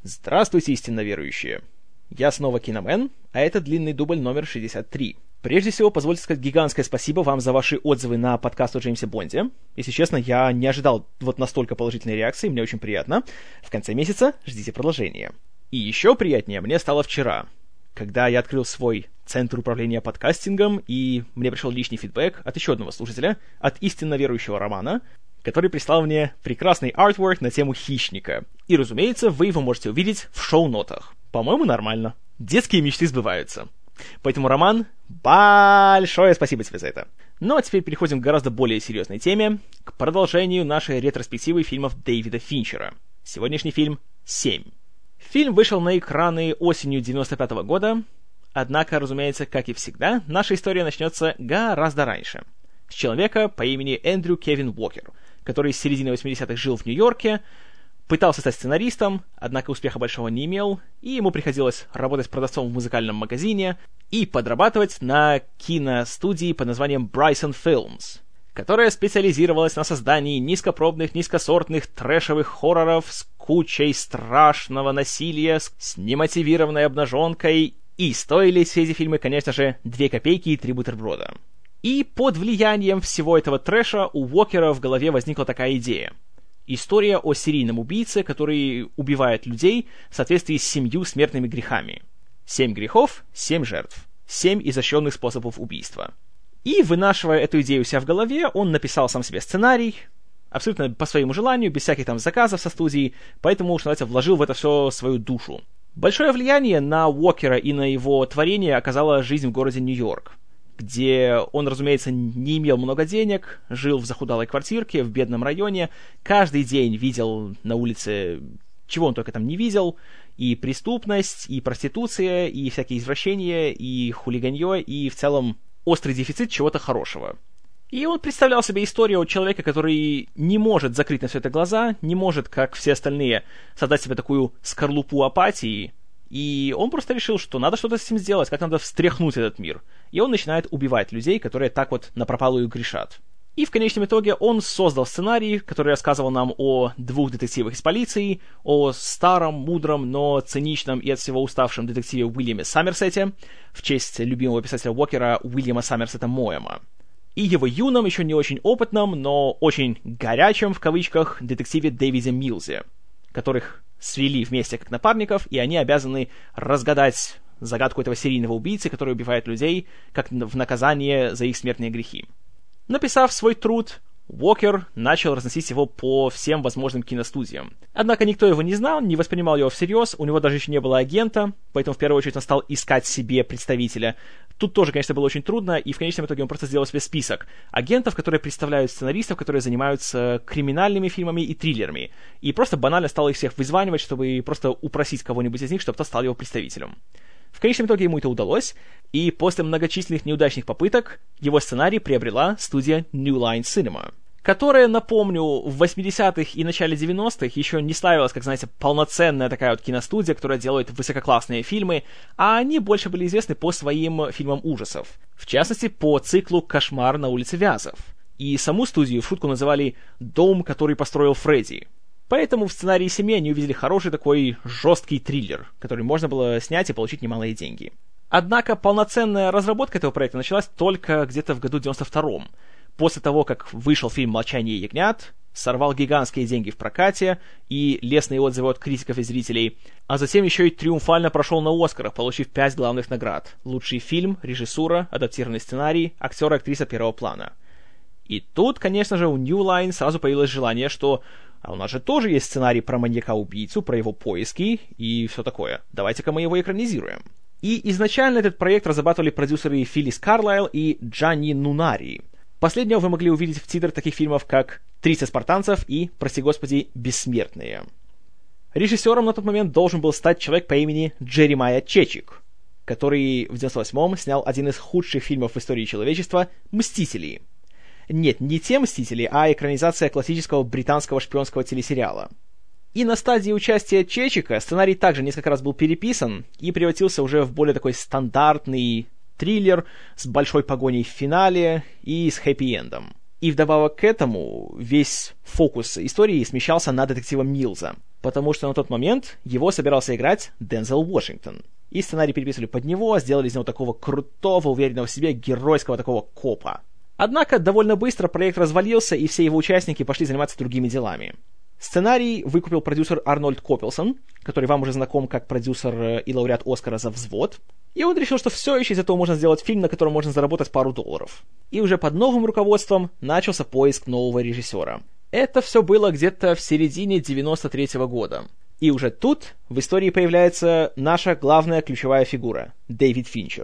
Здравствуйте, истинно верующие! Я снова Киномен, а это длинный дубль номер 63. Прежде всего, позвольте сказать гигантское спасибо вам за ваши отзывы на подкаст о Джеймсе Бонде. Если честно, я не ожидал вот настолько положительной реакции, мне очень приятно. В конце месяца ждите продолжения. И еще приятнее мне стало вчера, когда я открыл свой центр управления подкастингом, и мне пришел личный фидбэк от еще одного слушателя, от истинно верующего Романа, который прислал мне прекрасный артворк на тему «Хищника». И, разумеется, вы его можете увидеть в шоу-нотах. По-моему, нормально. Детские мечты сбываются. Поэтому, Роман, большое спасибо тебе за это. Ну а теперь переходим к гораздо более серьезной теме, к продолжению нашей ретроспективы фильмов Дэвида Финчера. Сегодняшний фильм «7». Фильм вышел на экраны осенью 95 года, однако, разумеется, как и всегда, наша история начнется гораздо раньше. С человека по имени Эндрю Кевин Уокер, который с середины 80-х жил в Нью-Йорке, пытался стать сценаристом, однако успеха большого не имел, и ему приходилось работать продавцом в музыкальном магазине и подрабатывать на киностудии под названием Bryson Films, которая специализировалась на создании низкопробных, низкосортных, трэшевых хорроров с кучей страшного насилия, с немотивированной обнаженкой, и стоили все эти фильмы, конечно же, 2 копейки и 3 бутерброда. И под влиянием всего этого трэша у Уокера в голове возникла такая идея. История о серийном убийце, который убивает людей в соответствии с 7 смертными грехами. 7 грехов, 7 жертв. 7 изощренных способов убийства. И, вынашивая эту идею у себя в голове, он написал сам себе сценарий, абсолютно по своему желанию, без всяких там заказов со студии, поэтому, что называется, вложил в это все свою душу. Большое влияние на Уокера и на его творение оказала жизнь в городе Нью-Йорк, где он, разумеется, не имел много денег, жил в захудалой квартирке, в бедном районе, каждый день видел на улице, чего он только там не видел, и преступность, и проституция, и всякие извращения, и хулиганье, и в целом острый дефицит чего-то хорошего. И он представлял себе историю о человеке, который не может закрыть на все это глаза, не может, как все остальные, создать себе такую скорлупу апатии. И он просто решил, что надо что-то с этим сделать, как надо встряхнуть этот мир. И он начинает убивать людей, которые так вот напропалую грешат. И в конечном итоге он создал сценарий, который рассказывал нам о 2 детективах из полиции, о старом, мудром, но циничном и от всего уставшем детективе Уильяме Саммерсете, в честь любимого писателя Уокера Уильяма Саммерсета Моэма. И его юном, еще не очень опытном, но очень горячем, в кавычках, детективе Дэвиде Милзе, которых свели вместе как напарников, и они обязаны разгадать загадку этого серийного убийцы, который убивает людей, как в наказание за их смертные грехи. Написав свой труд, Уокер начал разносить его по всем возможным киностудиям. Однако никто его не знал, не воспринимал его всерьез, у него даже еще не было агента, поэтому в первую очередь он стал искать себе представителя. Тут тоже, конечно, было очень трудно, и в конечном итоге он просто сделал себе список агентов, которые представляют сценаристов, которые занимаются криминальными фильмами и триллерами, и просто банально стал их всех вызванивать, чтобы просто упросить кого-нибудь из них, чтобы тот стал его представителем. В конечном итоге ему это удалось, и после многочисленных неудачных попыток его сценарий приобрела студия New Line Cinema, которая, напомню, в 80-х и начале 90-х еще не славилась, как, знаете, полноценная такая вот киностудия, которая делает высококлассные фильмы, а они больше были известны по своим фильмам ужасов. В частности, по циклу «Кошмар на улице Вязов». И саму студию в шутку называли «Дом, который построил Фредди». Поэтому в сценарии «Семьи» они увидели хороший такой жесткий триллер, который можно было снять и получить немалые деньги. Однако полноценная разработка этого проекта началась только где-то в году 92-м, после того, как вышел фильм «Молчание ягнят», сорвал гигантские деньги в прокате и лестные отзывы от критиков и зрителей, а затем еще и триумфально прошел на Оскарах, получив 5 главных наград: лучший фильм, режиссура, адаптированный сценарий, актер и актриса первого плана. И тут, конечно же, у New Line сразу появилось желание, что а у нас же тоже есть сценарий про маньяка-убийцу, про его поиски и все такое. Давайте-ка мы его экранизируем. И изначально этот проект разрабатывали продюсеры Филлис Карлайл и Джанни Нунари. Последнего вы могли увидеть в титрах таких фильмов, как «30 спартанцев» и, прости господи, «Бессмертные». Режиссером на тот момент должен был стать человек по имени Джеремайя Чечик, который в 98-м снял один из худших фильмов в истории человечества «Мстители». Нет, не те «Мстители», а экранизация классического британского шпионского телесериала. И на стадии участия Чечика сценарий также несколько раз был переписан и превратился уже в более такой стандартный триллер с большой погоней в финале и с хэппи-эндом. И вдобавок к этому весь фокус истории смещался на детектива Милза. потому что на тот момент его собирался играть Дензел Вашингтон. И сценарий переписывали под него, сделали из него такого крутого, уверенного в себе, геройского такого копа. Однако довольно быстро проект развалился, и все его участники пошли заниматься другими делами. Сценарий выкупил продюсер Арнольд Копелсон, который вам уже знаком как продюсер и лауреат Оскара за «Взвод». И он решил, что все еще из этого можно сделать фильм, на котором можно заработать пару долларов. И уже под новым руководством начался поиск нового режиссера. Это все было где-то в середине 93-го года. И уже тут в истории появляется наша главная ключевая фигура — Дэвид Финчер.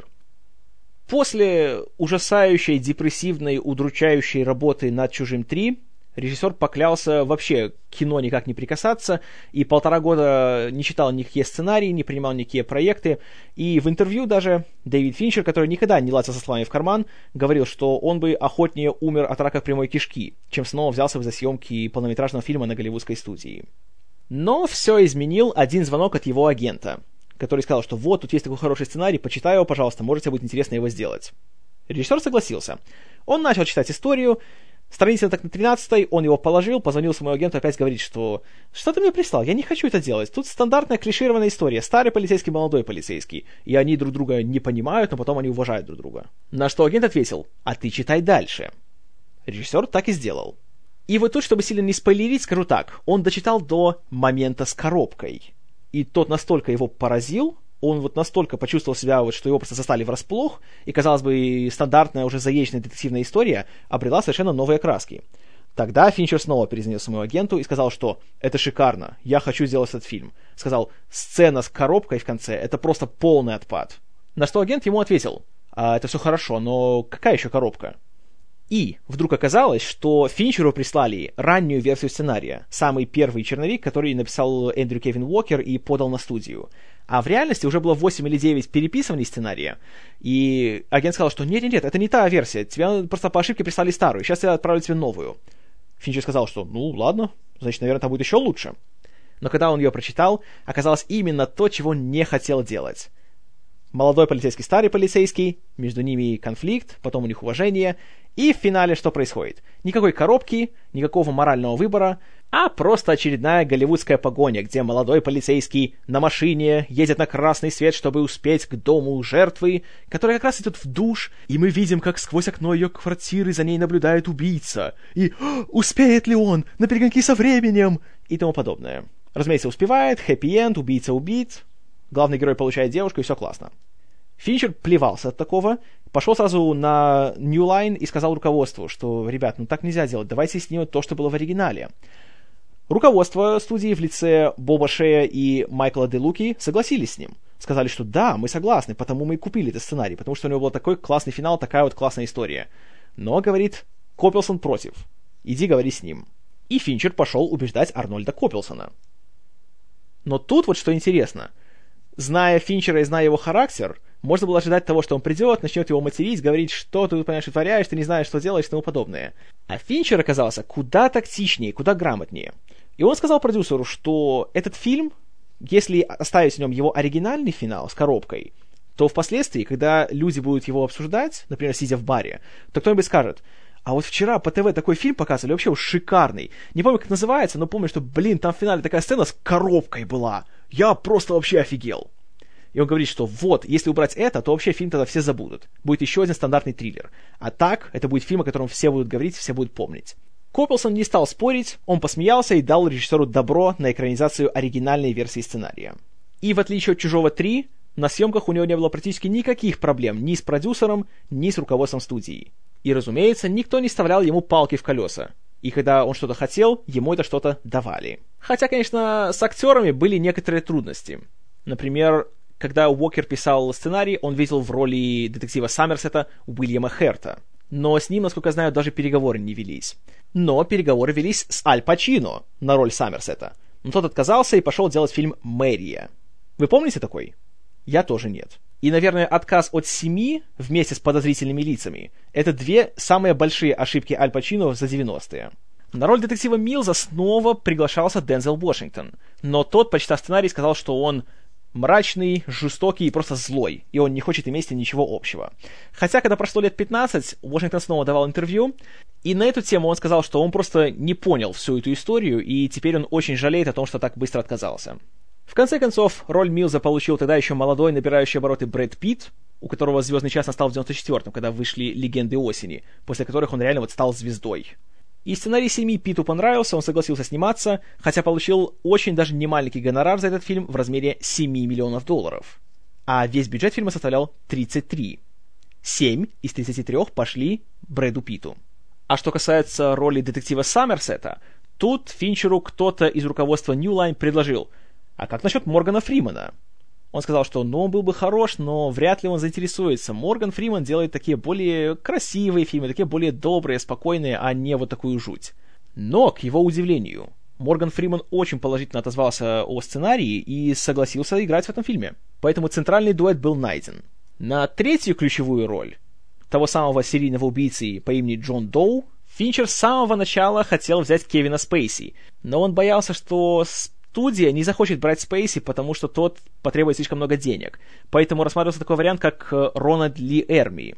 После ужасающей, депрессивной, удручающей работы над «Чужим 3» режиссер поклялся вообще к кино никак не прикасаться, и 1,5 года не читал никакие сценарии, не принимал никакие проекты, и в интервью даже Дэвид Финчер, который никогда не лазил со словами в карман, говорил, что он бы охотнее умер от рака прямой кишки, чем снова взялся бы за съемки полнометражного фильма на голливудской студии. Но все изменил один звонок от его агента, который сказал, что вот, тут есть такой хороший сценарий, почитай его, пожалуйста, может, тебе будет интересно его сделать. Режиссер согласился. Он начал читать историю. Страница так на 13-й, он его положил, позвонил своему агенту, опять говорит, что «Что ты мне прислал? Я не хочу это делать. Тут стандартная клишированная история. Старый полицейский, молодой полицейский. И они друг друга не понимают, но потом они уважают друг друга». На что агент ответил «А ты читай дальше». Режиссер так и сделал. И вот тут, чтобы сильно не спойлерить, скажу так. Он дочитал до момента с коробкой. И тот настолько его поразил, он вот настолько почувствовал себя, вот, что его просто застали врасплох, и, казалось бы, стандартная, уже заезженная детективная история обрела совершенно новые краски. Тогда Финчер снова перезвонил своему агенту и сказал, что «это шикарно, я хочу сделать этот фильм». Сказал, сцена с коробкой в конце — это просто полный отпад. На что агент ему ответил, это все хорошо, но какая еще коробка? И вдруг оказалось, что Финчеру прислали раннюю версию сценария, самый первый черновик, который написал Эндрю Кевин Уокер и подал на студию. А в реальности уже было 8 или 9 переписываний сценария, и агент сказал, что нет, это не та версия, тебе просто по ошибке прислали старую, сейчас я отправлю тебе новую. Финчер сказал, что ну ладно, значит, наверное, там будет еще лучше. Но когда он ее прочитал, оказалось именно то, чего он не хотел делать. Молодой полицейский, старый полицейский, между ними конфликт, потом у них уважение, и в финале что происходит? Никакой коробки, никакого морального выбора, а просто очередная голливудская погоня, где молодой полицейский на машине едет на красный свет, чтобы успеть к дому жертвы, которая как раз идет в душ, и мы видим, как сквозь окно ее квартиры за ней наблюдает убийца, и успеет ли он на перегонки со временем, и тому подобное. Разумеется, успевает, хэппи-энд, убийца убит, главный герой получает девушку, и все классно. Финчер плевался от такого, пошел сразу на New Line и сказал руководству, что, ребят, ну так нельзя делать, давайте снимем то, что было в оригинале. Руководство студии в лице Боба Шея и Майкла Де Луки согласились с ним. Сказали, что да, мы согласны, потому мы и купили этот сценарий, потому что у него был такой классный финал, такая вот классная история. Но, говорит, Копелсон против. Иди говори с ним. И Финчер пошел убеждать Арнольда Копелсона. Но тут вот что интересно. Зная Финчера и зная его характер, можно было ожидать того, что он придет, начнет его материть, говорить, что ты, понимаешь, творяешь, ты не знаешь, что делаешь и тому подобное. А Финчер оказался куда тактичнее, куда грамотнее. И он сказал продюсеру, что этот фильм, если оставить в нем его оригинальный финал с коробкой, то впоследствии, когда люди будут его обсуждать, например, сидя в баре, то кто-нибудь скажет, а вот вчера по ТВ такой фильм показывали, вообще шикарный. Не помню, как называется, но помню, что, там в финале такая сцена с коробкой была. Я просто вообще офигел. И он говорит, что вот, если убрать это, то вообще фильм тогда все забудут. Будет еще один стандартный триллер. А так, это будет фильм, о котором все будут говорить, все будут помнить. Копелсон не стал спорить, он посмеялся и дал режиссеру добро на экранизацию оригинальной версии сценария. И в отличие от «Чужого 3», на съемках у него не было практически никаких проблем ни с продюсером, ни с руководством студии. И, разумеется, никто не вставлял ему палки в колеса. И когда он что-то хотел, ему это что-то давали. Хотя, конечно, с актерами были некоторые трудности. Например, когда Уокер писал сценарий, он видел в роли детектива Саммерсета Уильяма Херта. Но с ним, насколько я знаю, даже переговоры не велись. Но переговоры велись с Аль Пачино на роль Саммерсета. Но тот отказался и пошел делать фильм «Мэрия». Вы помните такой? Я тоже нет. И, наверное, отказ от семьи вместе с подозрительными лицами — это 2 самые большие ошибки Аль Пачино за 90-е. На роль детектива Милза снова приглашался Дензел Вашингтон, но тот, почитав сценарий, сказал, что он Мрачный, жестокий и просто злой, и он не хочет иметь с ним ничего общего. Хотя, когда прошло лет 15, Уошингтон снова давал интервью, и на эту тему он сказал, что он просто не понял всю эту историю, и теперь он очень жалеет о том, что так быстро отказался. В конце концов, роль Милза получил тогда еще молодой, набирающий обороты Брэд Питт, у которого «Звездный час» настал в 94-м, когда вышли «Легенды осени», после которых он реально стал звездой. И сценарий семьи Питту понравился, он согласился сниматься, хотя получил очень даже немаленький гонорар за этот фильм в размере $7 миллионов. А весь бюджет фильма составлял 33. 7 из 33 пошли Брэду Питту. А что касается роли детектива Саммерсета, тут Финчеру кто-то из руководства New Line предложил: а как насчет Моргана Фримана? Он сказал, что он был бы хорош, но вряд ли он заинтересуется. Морган Фриман делает такие более красивые фильмы, такие более добрые, спокойные, а не вот такую жуть. Но, к его удивлению, Морган Фриман очень положительно отозвался о сценарии и согласился играть в этом фильме. Поэтому центральный дуэт был найден. На третью ключевую роль, того самого серийного убийцы по имени Джон Доу, Финчер с самого начала хотел взять Кевина Спейси, но он боялся, что студия не захочет брать Спейси, потому что тот потребует слишком много денег. Поэтому рассматривался такой вариант, как Рональд Ли Эрми.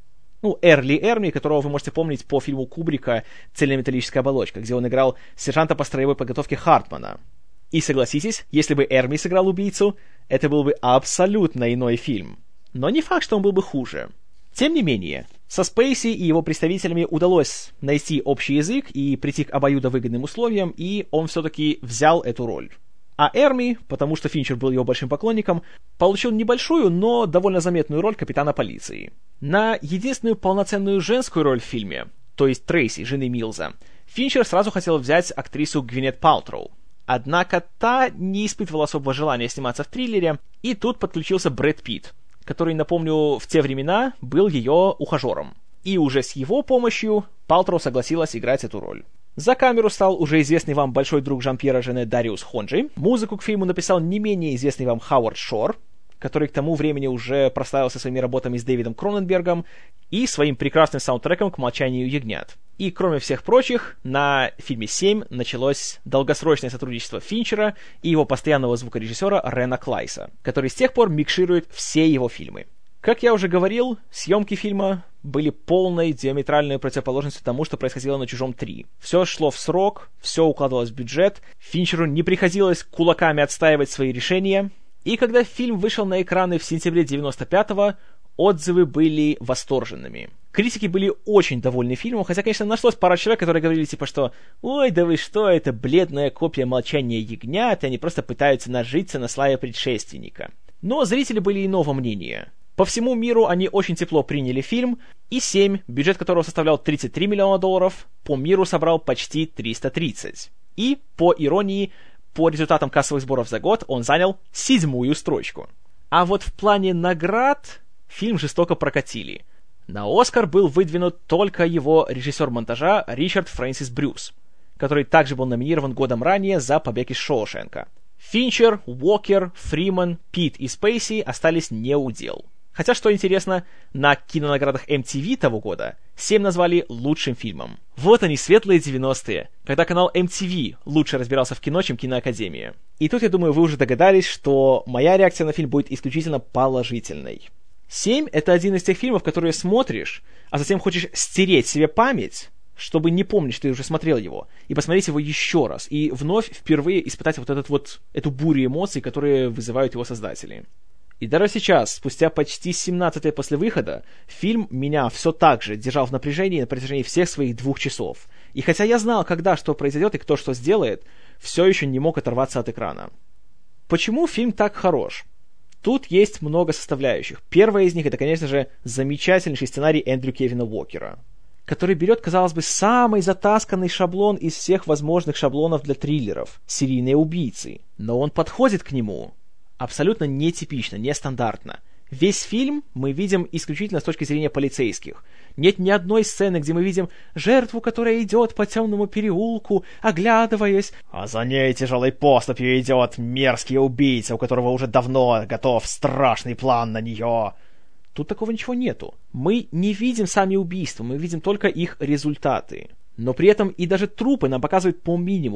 Эрли Эрми, которого вы можете помнить по фильму Кубрика «Цельнометаллическая оболочка», где он играл сержанта по строевой подготовке Хартмана. И согласитесь, если бы Эрми сыграл убийцу, это был бы абсолютно иной фильм. Но не факт, что он был бы хуже. Тем не менее, со Спейси и его представителями удалось найти общий язык и прийти к обоюдовыгодным условиям, и он все-таки взял эту роль. А Эрми, потому что Финчер был его большим поклонником, получил небольшую, но довольно заметную роль капитана полиции. На единственную полноценную женскую роль в фильме, то есть Трейси, жены Милза, Финчер сразу хотел взять актрису Гвинет Палтроу. Однако та не испытывала особого желания сниматься в триллере, и тут подключился Брэд Питт, который, напомню, в те времена был ее ухажером. И уже с его помощью Палтроу согласилась играть эту роль. За камеру стал уже известный вам большой друг Жан-Пьера Жене Дариус Хонджи. Музыку к фильму написал не менее известный вам Хауард Шор, который к тому времени уже прославился своими работами с Дэвидом Кроненбергом и своим прекрасным саундтреком к «Молчанию ягнят». И, кроме всех прочих, на фильме «7» началось долгосрочное сотрудничество Финчера и его постоянного звукорежиссера Рена Клайса, который с тех пор микширует все его фильмы. Как я уже говорил, съемки фильма были полной диаметральной противоположностью тому, что происходило на «Чужом 3». Все шло в срок, все укладывалось в бюджет, Финчеру не приходилось кулаками отстаивать свои решения, и когда фильм вышел на экраны в сентябре 95-го, отзывы были восторженными. Критики были очень довольны фильмом, хотя, конечно, нашлось пара человек, которые говорили типа, что «Ой, да вы что, это бледная копия «Молчания ягнят», и они просто пытаются нажиться на славе предшественника». Но зрители были иного мнения. По всему миру они очень тепло приняли фильм, и «7», бюджет которого составлял $33 миллиона, по миру собрал почти 330. И, по иронии, по результатам кассовых сборов за год он занял 7-ю строчку. А вот в плане наград фильм жестоко прокатили. На «Оскар» был выдвинут только его режиссер монтажа Ричард Фрэнсис Брюс, который также был номинирован годом ранее за «Побег из Шоушенка». Финчер, Уокер, Фриман, Питт и Спейси остались не у дел. Хотя, что интересно, на кинонаградах MTV того года «7» назвали лучшим фильмом. Вот они, светлые 90-е, когда канал MTV лучше разбирался в кино, чем киноакадемия. И тут, я думаю, вы уже догадались, что моя реакция на фильм будет исключительно положительной. «7» — это один из тех фильмов, которые смотришь, а затем хочешь стереть себе память, чтобы не помнить, что ты уже смотрел его, и посмотреть его еще раз, и вновь впервые испытать эту бурю эмоций, которые вызывают его создатели. И даже сейчас, спустя почти 17 лет после выхода, фильм меня все так же держал в напряжении на протяжении всех своих 2 часов. И хотя я знал, когда что произойдет и кто что сделает, все еще не мог оторваться от экрана. Почему фильм так хорош? Тут есть много составляющих. Первая из них — это, конечно же, замечательнейший сценарий Эндрю Кевина Уокера, который берет, казалось бы, самый затасканный шаблон из всех возможных шаблонов для триллеров — серийные убийцы. Но он подходит к нему абсолютно нетипично, нестандартно. Весь фильм мы видим исключительно с точки зрения полицейских. Нет ни одной сцены, где мы видим жертву, которая идет по темному переулку, оглядываясь, а за ней тяжелой поступью идет мерзкий убийца, у которого уже давно готов страшный план на нее. Тут такого ничего нету. Мы не видим сами убийства, мы видим только их результаты. Но при этом и даже трупы нам показывают по минимуму.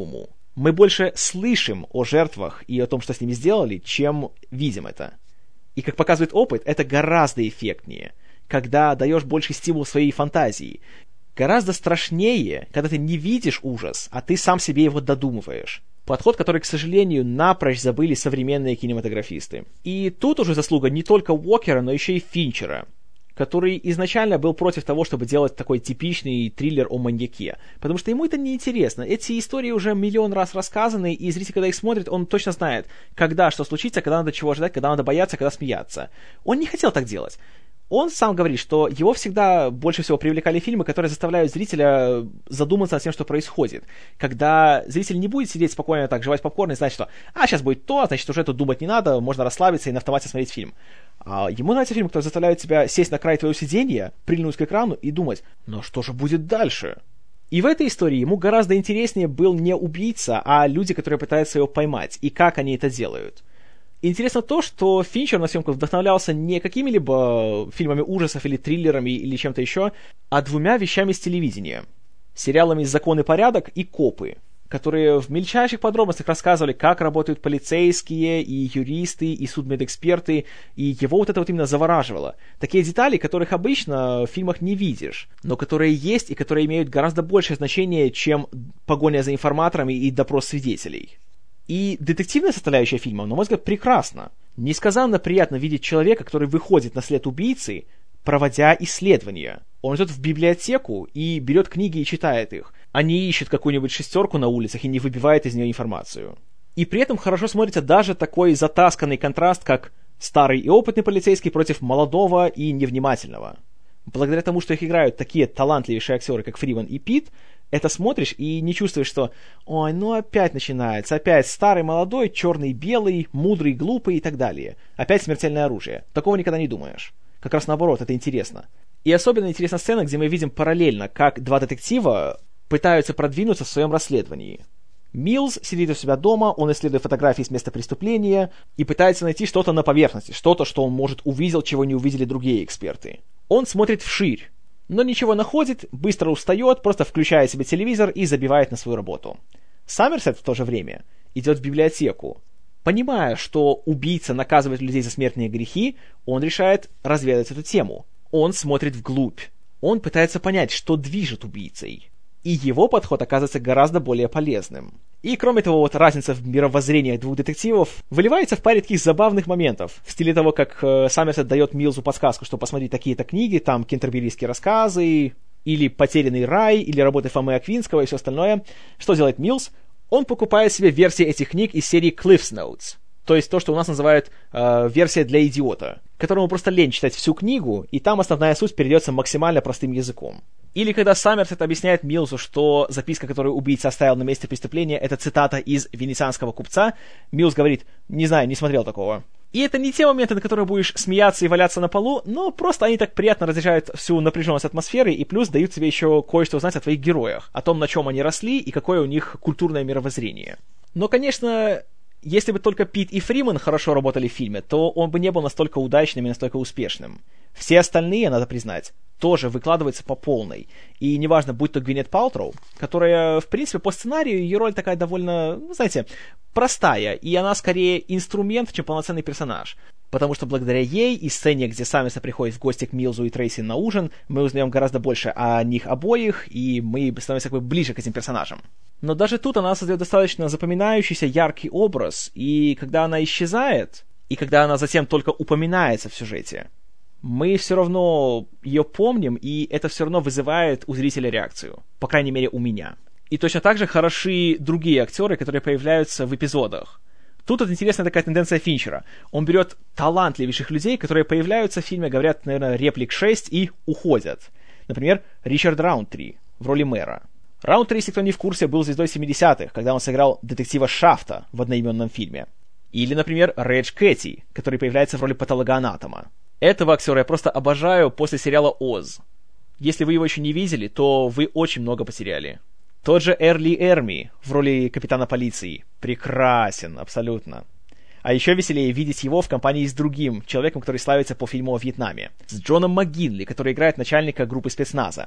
Мы больше слышим о жертвах и о том, что с ними сделали, чем видим это. И, как показывает опыт, это гораздо эффектнее, когда даешь больше стимул своей фантазии. Гораздо страшнее, когда ты не видишь ужас, а ты сам себе его додумываешь. Подход, который, к сожалению, напрочь забыли современные кинематографисты. И тут уже заслуга не только Уокера, но еще и Финчера, который изначально был против того, чтобы делать такой типичный триллер о маньяке. Потому что ему это неинтересно. Эти истории уже миллион раз рассказаны, и зритель, когда их смотрит, он точно знает, когда что случится, когда надо чего ожидать, когда надо бояться, когда смеяться. Он не хотел так делать. Он сам говорит, что его всегда больше всего привлекали фильмы, которые заставляют зрителя задуматься над тем, что происходит. Когда зритель не будет сидеть спокойно так, жевать попкорн и знать, что сейчас будет то, значит, уже тут думать не надо, можно расслабиться и на автомате смотреть фильм. А ему нравятся фильмы, которые заставляют тебя сесть на край твоего сиденья, прильнуть к экрану и думать, ну что же будет дальше? И в этой истории ему гораздо интереснее был не убийца, а люди, которые пытаются его поймать, и как они это делают. Интересно то, что Финчер на съемках вдохновлялся не какими-либо фильмами ужасов или триллерами или чем-то еще, а двумя вещами с телевидения. Сериалами «Закон и порядок» и «Копы», которые в мельчайших подробностях рассказывали, как работают полицейские, и юристы, и судмедэксперты, и его вот это вот именно завораживало. Такие детали, которых обычно в фильмах не видишь, но которые есть и которые имеют гораздо большее значение, чем погоня за информаторами и допрос свидетелей. И детективная составляющая фильма, на мой взгляд, прекрасна. Несказанно приятно видеть человека, который выходит на след убийцы, проводя исследования. Он идет в библиотеку и берет книги и читает их, а не ищет какую-нибудь шестерку на улицах и не выбивает из нее информацию. И при этом хорошо смотрится даже такой затасканный контраст, как старый и опытный полицейский против молодого и невнимательного. Благодаря тому, что их играют такие талантливейшие актеры, как Фриман и Питт, это смотришь и не чувствуешь, что «Ой, ну опять начинается, опять старый, молодой, черный, белый, мудрый, глупый и так далее. Опять смертельное оружие». Такого никогда не думаешь. Как раз наоборот, это интересно. И особенно интересна сцена, где мы видим параллельно, как два детектива пытаются продвинуться в своем расследовании. Милз сидит у себя дома, он исследует фотографии с места преступления и пытается найти что-то на поверхности, что-то, что он, может, увидел, чего не увидели другие эксперты. Он смотрит вширь, но ничего находит, быстро устает, просто включает себе телевизор и забивает на свою работу. Саммерсет в то же время идет в библиотеку. Понимая, что убийца наказывает людей за смертные грехи, он решает разведать эту тему. Он смотрит вглубь. Он пытается понять, что движет убийцей. И его подход оказывается гораздо более полезным. И кроме того, вот разница в мировоззрениях двух детективов выливается в паре таких забавных моментов. В стиле того, как Саммерсет дает Милзу подсказку, что посмотри такие-то книги, там кентерберийские рассказы, или «Потерянный рай», или работы Фомы Аквинского и все остальное. Что делает Милз? Он покупает себе версии этих книг из серии Cliff's Notes. То есть то, что у нас называют версия для идиота, которому просто лень читать всю книгу, и там основная суть передается максимально простым языком. Или когда Саммерсет объясняет Милзу, что записка, которую убийца оставил на месте преступления, это цитата из «Венецианского купца», Милз говорит «Не знаю, не смотрел такого». И это не те моменты, на которые будешь смеяться и валяться на полу, но просто они так приятно разряжают всю напряженность атмосферы и плюс дают тебе еще кое-что узнать о твоих героях, о том, на чем они росли и какое у них культурное мировоззрение. Но, конечно, если бы только Питт и Фриман хорошо работали в фильме, то он бы не был настолько удачным и настолько успешным. Все остальные, надо признать, тоже выкладываются по полной. И неважно, будь то Гвинет Палтроу, которая, в принципе, по сценарию, ее роль такая довольно, знаете, простая, и она скорее инструмент, чем полноценный персонаж. Потому что благодаря ей и сцене, где Саммерсет приходит в гости к Милзу и Трейси на ужин, мы узнаем гораздо больше о них обоих, и мы становимся как бы ближе к этим персонажам. Но даже тут она создает достаточно запоминающийся, яркий образ, и когда она исчезает, и когда она затем только упоминается в сюжете, мы все равно ее помним, и это все равно вызывает у зрителя реакцию. По крайней мере, у меня. И точно так же хороши другие актеры, которые появляются в эпизодах. Тут вот интересная такая тенденция Финчера. Он берет талантливейших людей, которые появляются в фильме, говорят, наверное, реплик 6 и уходят. Например, Ричард Раунтри в роли мэра. Раунтри, если кто не в курсе, был звездой 70-х, когда он сыграл детектива Шафта в одноименном фильме. Или, например, Редж Кэти, который появляется в роли патологоанатома. Этого актера я просто обожаю после сериала «Оз». Если вы его еще не видели, то вы очень много потеряли. Тот же Эрли Эрми в роли капитана полиции. Прекрасен, абсолютно. А еще веселее видеть его в компании с другим человеком, который славится по фильму о Вьетнаме. С Джоном МакГинли, который играет начальника группы спецназа.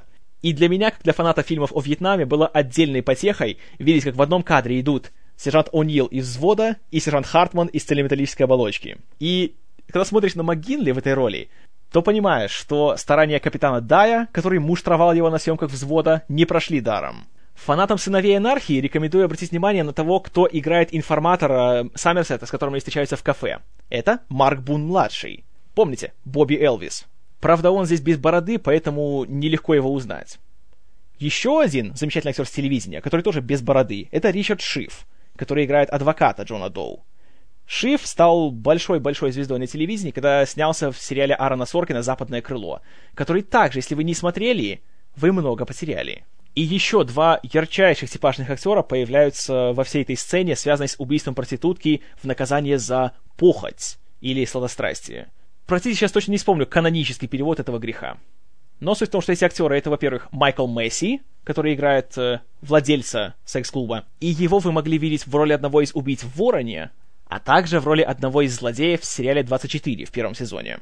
И для меня, как для фаната фильмов о Вьетнаме, было отдельной потехой видеть, как в одном кадре идут сержант О'Нил из «Взвода» и сержант Хартман из «Целеметаллической оболочки». И когда смотришь на МакГинли в этой роли, то понимаешь, что старания капитана Дая, который муштровал его на съемках «Взвода», не прошли даром. Фанатам «Сыновей анархии» рекомендую обратить внимание на того, кто играет информатора Саммерсета, с которым они встречаются в кафе. Это Марк Бун-младший. Помните, Бобби Элвис. Правда, он здесь без бороды, поэтому нелегко его узнать. Еще один замечательный актер с телевидения, который тоже без бороды, это Ричард Шиф, который играет адвоката Джона Доу. Шиф стал большой-большой звездой на телевидении, когда снялся в сериале Аарона Соркина «Западное крыло», который также, если вы не смотрели, вы много потеряли. И еще два ярчайших типажных актера появляются во всей этой сцене, связанной с убийством проститутки в наказание за похоть или сладострастие. Простите, сейчас точно не вспомню канонический перевод этого греха. Но суть в том, что эти актеры — это, во-первых, Майкл Месси, который играет владельца секс-клуба, и его вы могли видеть в роли одного из убийц в «Вороне», а также в роли одного из злодеев в сериале «24» в первом сезоне.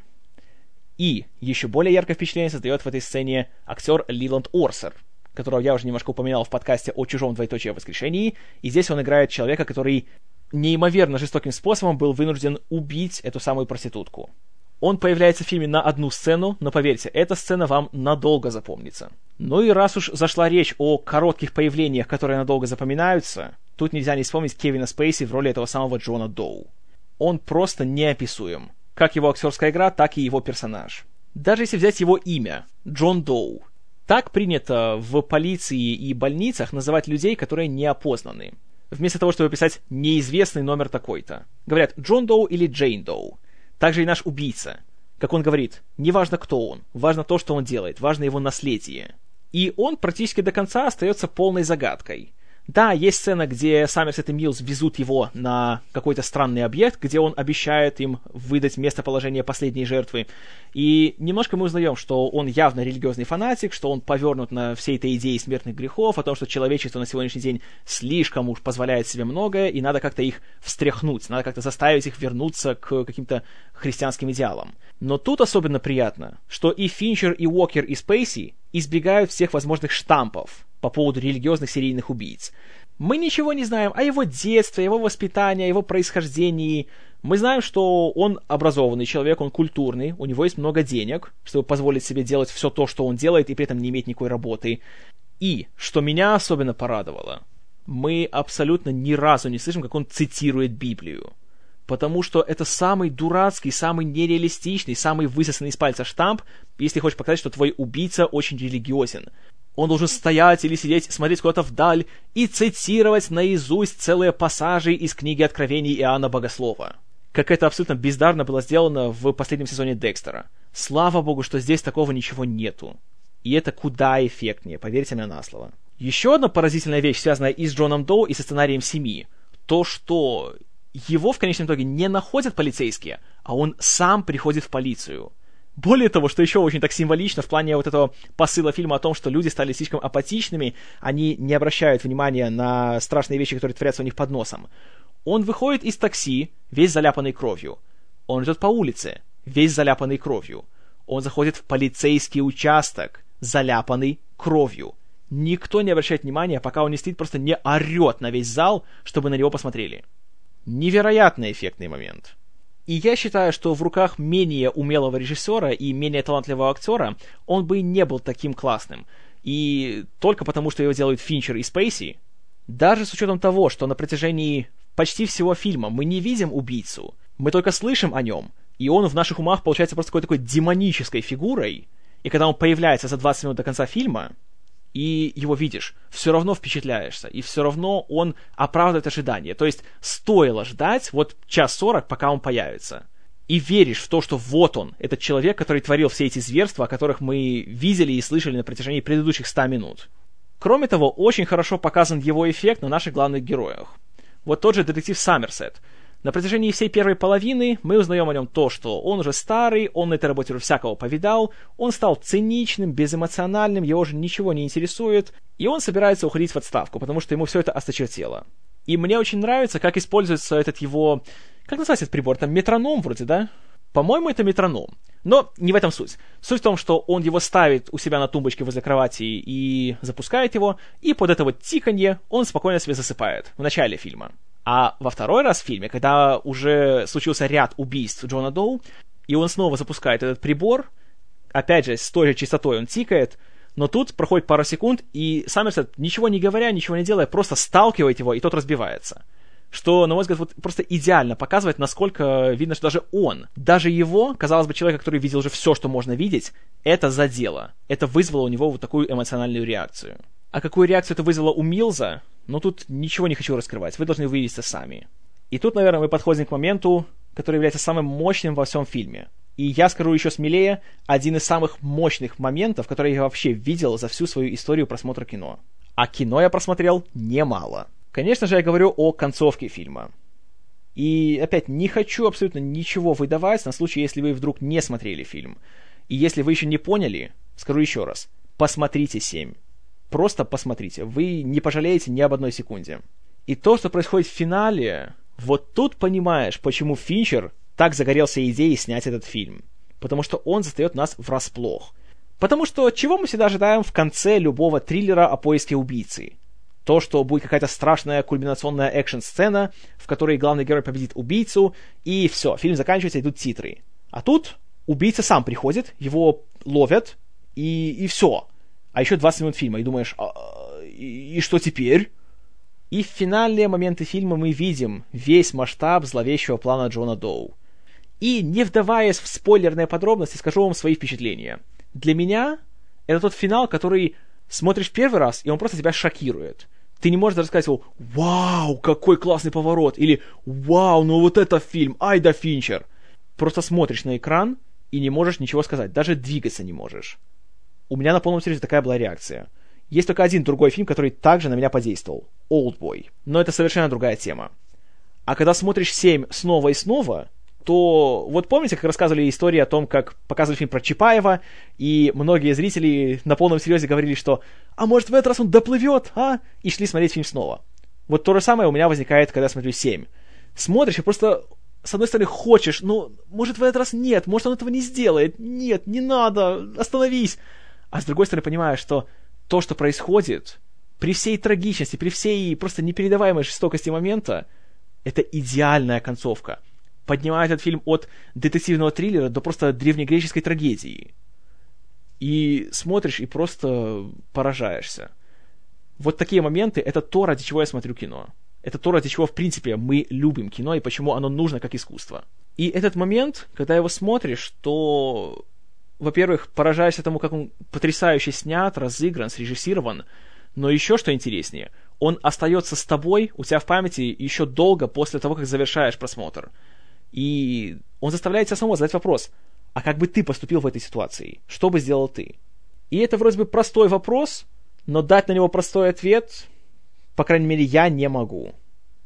И еще более яркое впечатление создает в этой сцене актер Лиланд Орсер, которого я уже немножко упоминал в подкасте о «Чужом двоеточие воскрешении», и здесь он играет человека, который неимоверно жестоким способом был вынужден убить эту самую проститутку. Он появляется в фильме на одну сцену, но поверьте, эта сцена вам надолго запомнится. Ну и раз уж зашла речь о коротких появлениях, которые надолго запоминаются, тут нельзя не вспомнить Кевина Спейси в роли этого самого Джона Доу. Он просто неописуем. Как его актерская игра, так и его персонаж. Даже если взять его имя, Джон Доу, так принято в полиции и больницах называть людей, которые не опознаны. Вместо того, чтобы писать «неизвестный номер такой-то». Говорят Джон Доу или Джейн Доу. Также и наш убийца. Как он говорит, не важно, кто он, важно то, что он делает, важно его наследие. И он практически до конца остается полной загадкой. Да, есть сцена, где Саммерсет и Милс везут его на какой-то странный объект, где он обещает им выдать местоположение последней жертвы. И немножко мы узнаем, что он явно религиозный фанатик, что он повернут на всей этой идее смертных грехов, о том, что человечество на сегодняшний день слишком уж позволяет себе многое, и надо как-то их встряхнуть, надо как-то заставить их вернуться к каким-то христианским идеалам. Но тут особенно приятно, что и Финчер, и Уокер, и Спейси избегают всех возможных штампов по поводу религиозных серийных убийц. Мы ничего не знаем о его детстве, его воспитании, о его происхождении. Мы знаем, что он образованный человек, он культурный, у него есть много денег, чтобы позволить себе делать все то, что он делает, и при этом не иметь никакой работы. И, что меня особенно порадовало, мы абсолютно ни разу не слышим, как он цитирует Библию. Потому что это самый дурацкий, самый нереалистичный, самый высосанный из пальца штамп, если хочешь показать, что твой убийца очень религиозен. Он должен стоять или сидеть, смотреть куда-то вдаль и цитировать наизусть целые пассажи из книги Откровений Иоанна Богослова. Как это абсолютно бездарно было сделано в последнем сезоне Декстера. Слава богу, что здесь такого ничего нету. И это куда эффектнее, поверьте мне на слово. Еще одна поразительная вещь, связанная и с Джоном Доу, и со сценарием «Семьи», то, что его в конечном итоге не находят полицейские, а он сам приходит в полицию. Более того, что еще очень так символично в плане вот этого посыла фильма о том, что люди стали слишком апатичными, они не обращают внимания на страшные вещи, которые творятся у них под носом. Он выходит из такси, весь заляпанный кровью. Он идет по улице, весь заляпанный кровью. Он заходит в полицейский участок, заляпанный кровью. Никто не обращает внимания, пока он не стоит, просто не орет на весь зал, чтобы на него посмотрели. Невероятно эффектный момент. И я считаю, что в руках менее умелого режиссера и менее талантливого актера он бы не был таким классным. И только потому, что его делают Финчер и Спейси, даже с учетом того, что на протяжении почти всего фильма мы не видим убийцу, мы только слышим о нем, и он в наших умах получается просто какой-то такой демонической фигурой, и когда он появляется за 20 минут до конца фильма, и его видишь, все равно впечатляешься, и все равно он оправдывает ожидания. То есть стоило ждать вот 1:40, пока он появится. И веришь в то, что вот он, этот человек, который творил все эти зверства, о которых мы видели и слышали на протяжении предыдущих 100 минут. Кроме того, очень хорошо показан его эффект на наших главных героях. Вот тот же детектив Саммерсет. На протяжении всей первой половины мы узнаем о нем то, что он уже старый, он на этой работе уже всякого повидал, он стал циничным, безэмоциональным, его уже ничего не интересует, и он собирается уходить в отставку, потому что ему все это осточертело. И мне очень нравится, как используется этот его... Как называется этот прибор? Там метроном вроде, да? По-моему, это метроном. Но не в этом суть. Суть в том, что он его ставит у себя на тумбочке возле кровати и запускает его, и под это вот тиканье он спокойно себе засыпает в начале фильма. А во второй раз в фильме, когда уже случился ряд убийств Джона Доу, и он снова запускает этот прибор, опять же, с той же частотой он тикает, но тут проходит пара секунд, и Саммерсет, ничего не говоря, ничего не делая, просто сталкивает его, и тот разбивается. Что, на мой взгляд, вот просто идеально показывает, насколько видно, что даже он, даже его, казалось бы, человека, который видел уже все, что можно видеть, это задело. Это вызвало у него вот такую эмоциональную реакцию. А какую реакцию это вызвало у Милза, ну тут ничего не хочу раскрывать, вы должны увидеть это сами. И тут, наверное, мы подходим к моменту, который является самым мощным во всем фильме. И я скажу еще смелее, один из самых мощных моментов, которые я вообще видел за всю свою историю просмотра кино. А кино я просмотрел немало. Конечно же, я говорю о концовке фильма. И, опять, не хочу абсолютно ничего выдавать на случай, если вы вдруг не смотрели фильм. И если вы еще не поняли, скажу еще раз, посмотрите 7. Просто посмотрите, вы не пожалеете ни об одной секунде. И то, что происходит в финале, вот тут понимаешь, почему Финчер так загорелся идеей снять этот фильм. Потому что он застает нас врасплох. Потому что чего мы всегда ожидаем в конце любого триллера о поиске убийцы? То, что будет какая-то страшная кульминационная экшн-сцена, в которой главный герой победит убийцу, и все, фильм заканчивается, идут титры. А тут убийца сам приходит, его ловят, и все. А еще 20 минут фильма, и думаешь, и что теперь? И в финальные моменты фильма мы видим весь масштаб зловещего плана Джона Доу. И не вдаваясь в спойлерные подробности, скажу вам свои впечатления. Для меня это тот финал, который смотришь первый раз, и он просто тебя шокирует. Ты не можешь даже сказать его «Вау, какой классный поворот!» или «Вау, ну вот это фильм! Ай да Финчер!» Просто смотришь на экран и не можешь ничего сказать, даже двигаться не можешь. У меня на полном серьезе такая была реакция. Есть только один другой фильм, который также на меня подействовал. «Олдбой». Но это совершенно другая тема. А когда смотришь 7 снова и снова, то вот помните, как рассказывали истории о том, как показывали фильм про Чапаева, и многие зрители на полном серьезе говорили, что «А может, в этот раз он доплывет, а?» И шли смотреть фильм снова. Вот то же самое у меня возникает, когда я смотрю 7. Смотришь и просто, с одной стороны, хочешь, ну, может, в этот раз нет, может, он этого не сделает, нет, не надо, остановись. А с другой стороны, понимаешь, что то, что происходит, при всей трагичности, при всей просто непередаваемой жестокости момента, это идеальная концовка. Поднимает этот фильм от детективного триллера до просто древнегреческой трагедии. И смотришь, и просто поражаешься. Вот такие моменты — это то, ради чего я смотрю кино. Это то, ради чего, в принципе, мы любим кино, и почему оно нужно как искусство. И этот момент, когда его смотришь, то, во-первых, поражаешься тому, как он потрясающе снят, разыгран, срежиссирован, но еще что интереснее, он остается с тобой, у тебя в памяти еще долго после того, как завершаешь просмотр. И он заставляет тебя самого задать вопрос, а как бы ты поступил в этой ситуации? Что бы сделал ты? И это вроде бы простой вопрос, но дать на него простой ответ, по крайней мере, я не могу.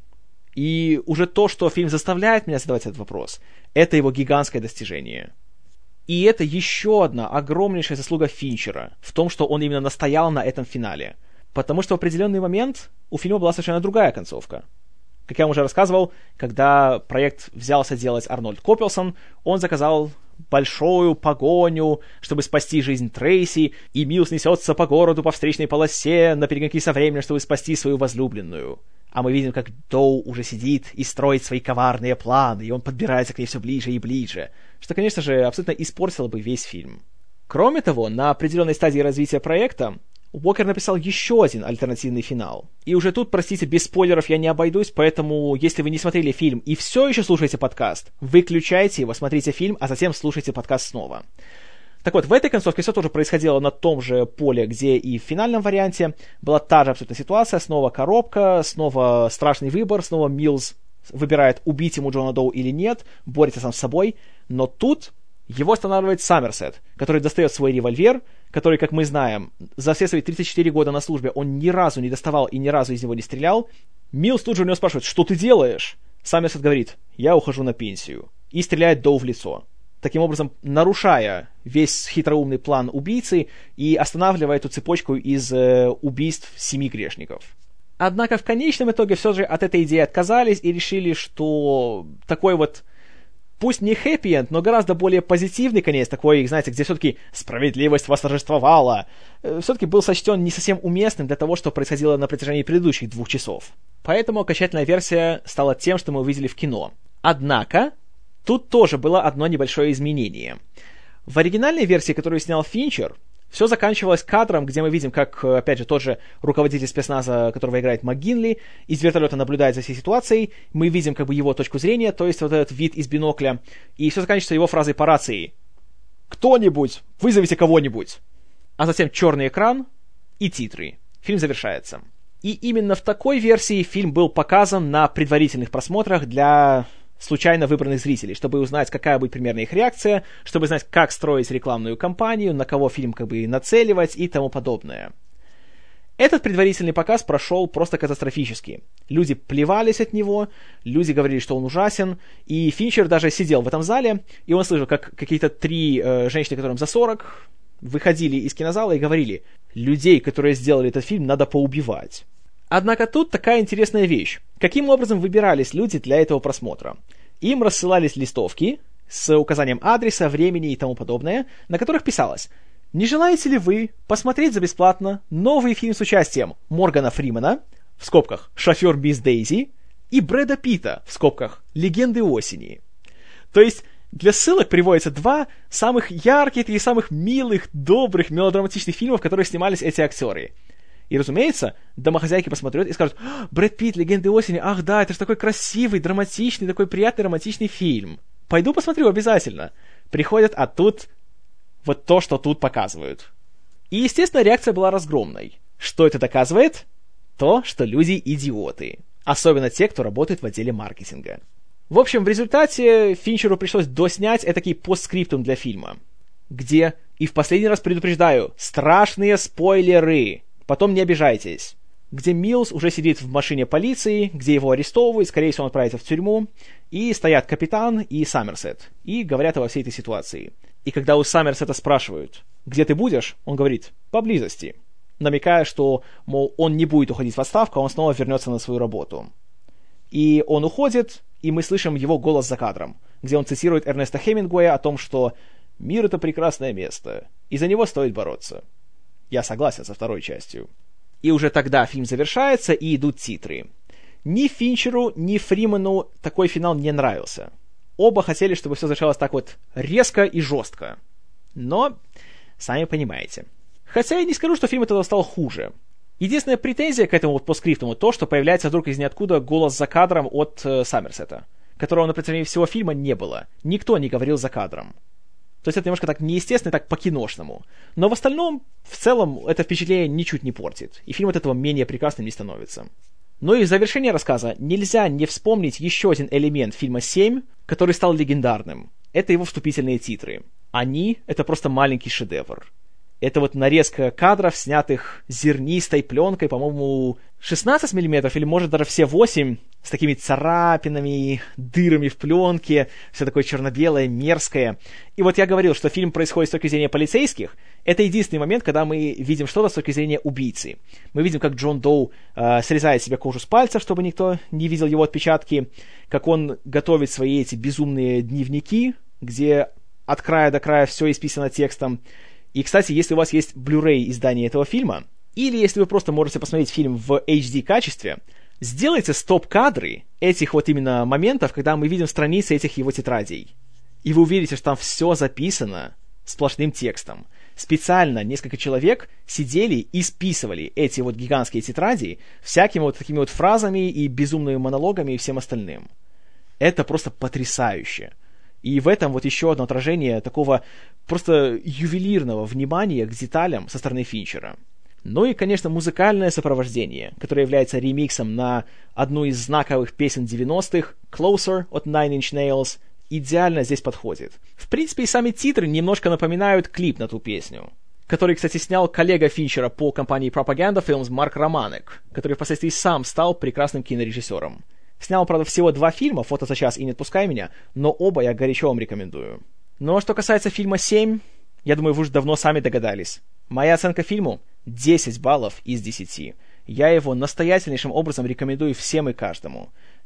И уже то, что фильм заставляет меня задавать этот вопрос, это его гигантское достижение. И это еще одна огромнейшая заслуга Финчера в том, что он именно настоял на этом финале. Потому что в определенный момент у фильма была совершенно другая концовка. Как я вам уже рассказывал, когда проект взялся делать Арнольд Копелсон, он заказал большую погоню, чтобы спасти жизнь Трейси, и Милс несется по городу по встречной полосе на перегонки со временем, чтобы спасти свою возлюбленную. А мы видим, как Доу уже сидит и строит свои коварные планы, и он подбирается к ней все ближе и ближе, что, конечно же, абсолютно испортило бы весь фильм. Кроме того, на определенной стадии развития проекта Уокер написал еще один альтернативный финал. И уже тут, простите, без спойлеров я не обойдусь, поэтому, если вы не смотрели фильм и все еще слушаете подкаст, выключайте его, смотрите фильм, а затем слушайте подкаст снова. Так вот, в этой концовке все тоже происходило на том же поле, где и в финальном варианте. Была та же абсолютно ситуация, снова коробка, снова страшный выбор, снова Милз выбирает, убить ему Джона Доу или нет, борется сам с собой, но тут его останавливает Саммерсет, который достает свой револьвер, который, как мы знаем, за все свои 34 года на службе он ни разу не доставал и ни разу из него не стрелял. Милс тут же у него спрашивает, что ты делаешь? Саммерсет говорит, я ухожу на пенсию. И стреляет Доу в лицо. Таким образом, нарушая весь хитроумный план убийцы и останавливая эту цепочку из убийств 7 грешников. Однако в конечном итоге все же от этой идеи отказались и решили, что такой вот пусть не хэппи-энд, но гораздо более позитивный конец, такой, знаете, где все-таки справедливость восторжествовала, все-таки был сочтен не совсем уместным для того, что происходило на протяжении предыдущих 2 часов. Поэтому окончательная версия стала тем, что мы увидели в кино. Однако, тут тоже было одно небольшое изменение. В оригинальной версии, которую снял Финчер, все заканчивалось кадром, где мы видим, как, опять же, тот же руководитель спецназа, которого играет МакГинли, из вертолета наблюдает за всей ситуацией, мы видим как бы его точку зрения, то есть вот этот вид из бинокля, и все заканчивается его фразой по рации: «Кто-нибудь! Вызовите кого-нибудь!» А затем черный экран и титры. Фильм завершается. И именно в такой версии фильм был показан на предварительных просмотрах для случайно выбранных зрителей, чтобы узнать, какая будет примерно их реакция, чтобы знать, как строить рекламную кампанию, на кого фильм как бы нацеливать и тому подобное. Этот предварительный показ прошел просто катастрофически. Люди плевались от него, люди говорили, что он ужасен, и Финчер даже сидел в этом зале, и он слышал, как какие-то 3 женщины, которым за 40, выходили из кинозала и говорили: людей, которые сделали этот фильм, надо поубивать. Однако тут такая интересная вещь. Каким образом выбирались люди для этого просмотра? Им рассылались листовки с указанием адреса, времени и тому подобное, на которых писалось: «Не желаете ли вы посмотреть за бесплатно новый фильм с участием Моргана Фримена, в скобках «Шофер Мисс Дейзи», и Брэда Питта, в скобках «Легенды осени». То есть для ссылок приводятся 2 самых ярких и самых милых, добрых, мелодраматичных фильмов, в которых снимались эти актеры. И, разумеется, домохозяйки посмотрят и скажут: «Брэд Питт, «Легенды осени», ах да, это же такой красивый, драматичный, такой приятный, романтичный фильм. Пойду посмотрю обязательно». Приходят, а тут вот то, что тут показывают. И, естественно, реакция была разгромной. Что это доказывает? То, что люди идиоты. Особенно те, кто работает в отделе маркетинга. В общем, в результате Финчеру пришлось доснять этакий постскриптум для фильма, где, и в последний раз предупреждаю, страшные спойлеры, потом не обижайтесь, где Миллс уже сидит в машине полиции, где его арестовывают, скорее всего, он отправится в тюрьму, и стоят капитан и Саммерсет, и говорят обо всей этой ситуации. И когда у Саммерсета спрашивают: «Где ты будешь?», он говорит: «Поблизости», намекая, что, мол, он не будет уходить в отставку, а он снова вернется на свою работу. И он уходит, и мы слышим его голос за кадром, где он цитирует Эрнеста Хемингуэя о том, что «мир — это прекрасное место, и за него стоит бороться». Я согласен со второй частью. И уже тогда фильм завершается, и идут титры. Ни Финчеру, ни Фримену такой финал не нравился. Оба хотели, чтобы все завершалось так вот резко и жестко. Но, сами понимаете. Хотя я не скажу, что фильм от этого стал хуже. Единственная претензия к этому вот постскриптуму то, что появляется вдруг из ниоткуда голос за кадром от Саммерсета, которого на протяжении всего фильма не было. Никто не говорил за кадром. То есть это немножко так неестественно, так по-киношному. Но в остальном, в целом, это впечатление ничуть не портит. И фильм от этого менее прекрасным не становится. Ну и в завершение рассказа нельзя не вспомнить еще один элемент фильма «7», который стал легендарным. Это его вступительные титры. Они — это просто маленький шедевр. Это вот нарезка кадров, снятых зернистой пленкой, по-моему, 16 мм, или может даже все 8, с такими царапинами, дырами в пленке, все такое черно-белое, мерзкое. И вот я говорил, что фильм происходит с точки зрения полицейских. Это единственный момент, когда мы видим что-то с точки зрения убийцы. Мы видим, как Джон Доу срезает себе кожу с пальца, чтобы никто не видел его отпечатки, как он готовит свои эти безумные дневники, где от края до края все исписано текстом. И, кстати, если у вас есть Blu-ray издание этого фильма, или если вы просто можете посмотреть фильм в HD-качестве, сделайте стоп-кадры этих вот именно моментов, когда мы видим страницы этих его тетрадей. И вы увидите, что там все записано сплошным текстом. Специально несколько человек сидели и списывали эти вот гигантские тетради всякими вот такими вот фразами и безумными монологами и всем остальным. Это просто потрясающе. И в этом вот еще одно отражение такого просто ювелирного внимания к деталям со стороны Финчера. Ну и, конечно, музыкальное сопровождение, которое является ремиксом на одну из знаковых песен 90-х, «Closer» от Nine Inch Nails, идеально здесь подходит. В принципе, и сами титры немножко напоминают клип на ту песню, который, кстати, снял коллега Финчера по компании Propaganda Films Марк Романек, который впоследствии сам стал прекрасным кинорежиссером. Снял, правда, всего 2 фильма, «Фото за час» и «Не отпускай меня», но оба я горячо вам рекомендую. Ну а что касается фильма «7», я думаю, вы уже давно сами догадались. Моя оценка фильму — 10 баллов из 10. Я его настоятельнейшим образом рекомендую всем и каждому.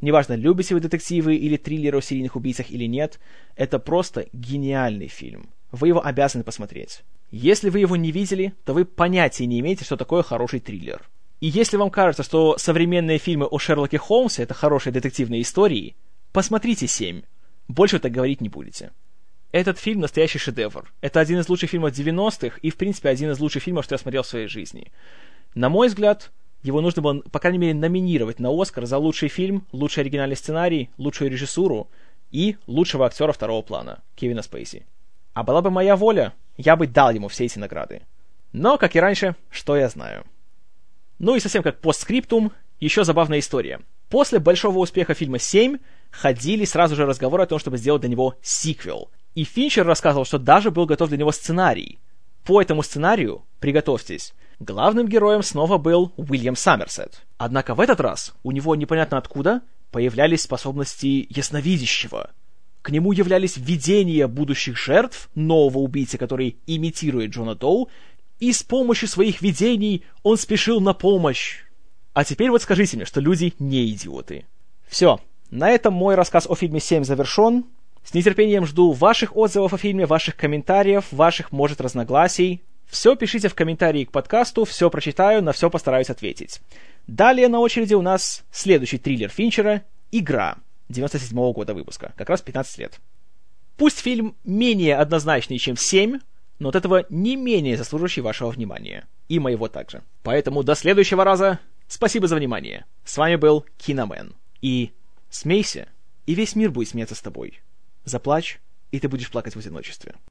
Неважно, любите вы детективы или триллеры о серийных убийцах или нет, это просто гениальный фильм. Вы его обязаны посмотреть. Если вы его не видели, то вы понятия не имеете, что такое хороший триллер. И если вам кажется, что современные фильмы о Шерлоке Холмсе — это хорошие детективные истории, посмотрите «7». Больше так говорить не будете. Этот фильм — настоящий шедевр. Это один из лучших фильмов 90-х и, в принципе, один из лучших фильмов, что я смотрел в своей жизни. На мой взгляд, его нужно было, по крайней мере, номинировать на «Оскар» за лучший фильм, лучший оригинальный сценарий, лучшую режиссуру и лучшего актера второго плана Кевина Спейси. А была бы моя воля, я бы дал ему все эти награды. Но, как и раньше, что я знаю. Ну и совсем как постскриптум, еще забавная история. После большого успеха фильма «7» ходили сразу же разговоры о том, чтобы сделать для него сиквел. И Финчер рассказывал, что даже был готов для него сценарий. По этому сценарию, приготовьтесь, главным героем снова был Уильям Саммерсет. Однако в этот раз у него непонятно откуда появлялись способности ясновидящего. К нему являлись видения будущих жертв нового убийцы, который имитирует Джона Доу, и с помощью своих видений он спешил на помощь. А теперь вот скажите мне, что люди не идиоты. Все, на этом мой рассказ о фильме «7» завершен. С нетерпением жду ваших отзывов о фильме, ваших комментариев, ваших, может, разногласий. Все пишите в комментарии к подкасту, все прочитаю, на все постараюсь ответить. Далее на очереди у нас следующий триллер Финчера «Игра» 97-го года выпуска, как раз 15 лет. Пусть фильм менее однозначный, чем «7», но от этого не менее заслуживающий вашего внимания. И моего также. Поэтому до следующего раза. Спасибо за внимание. С вами был Киномен. И смейся, и весь мир будет смеяться с тобой. Заплачь, и ты будешь плакать в одиночестве.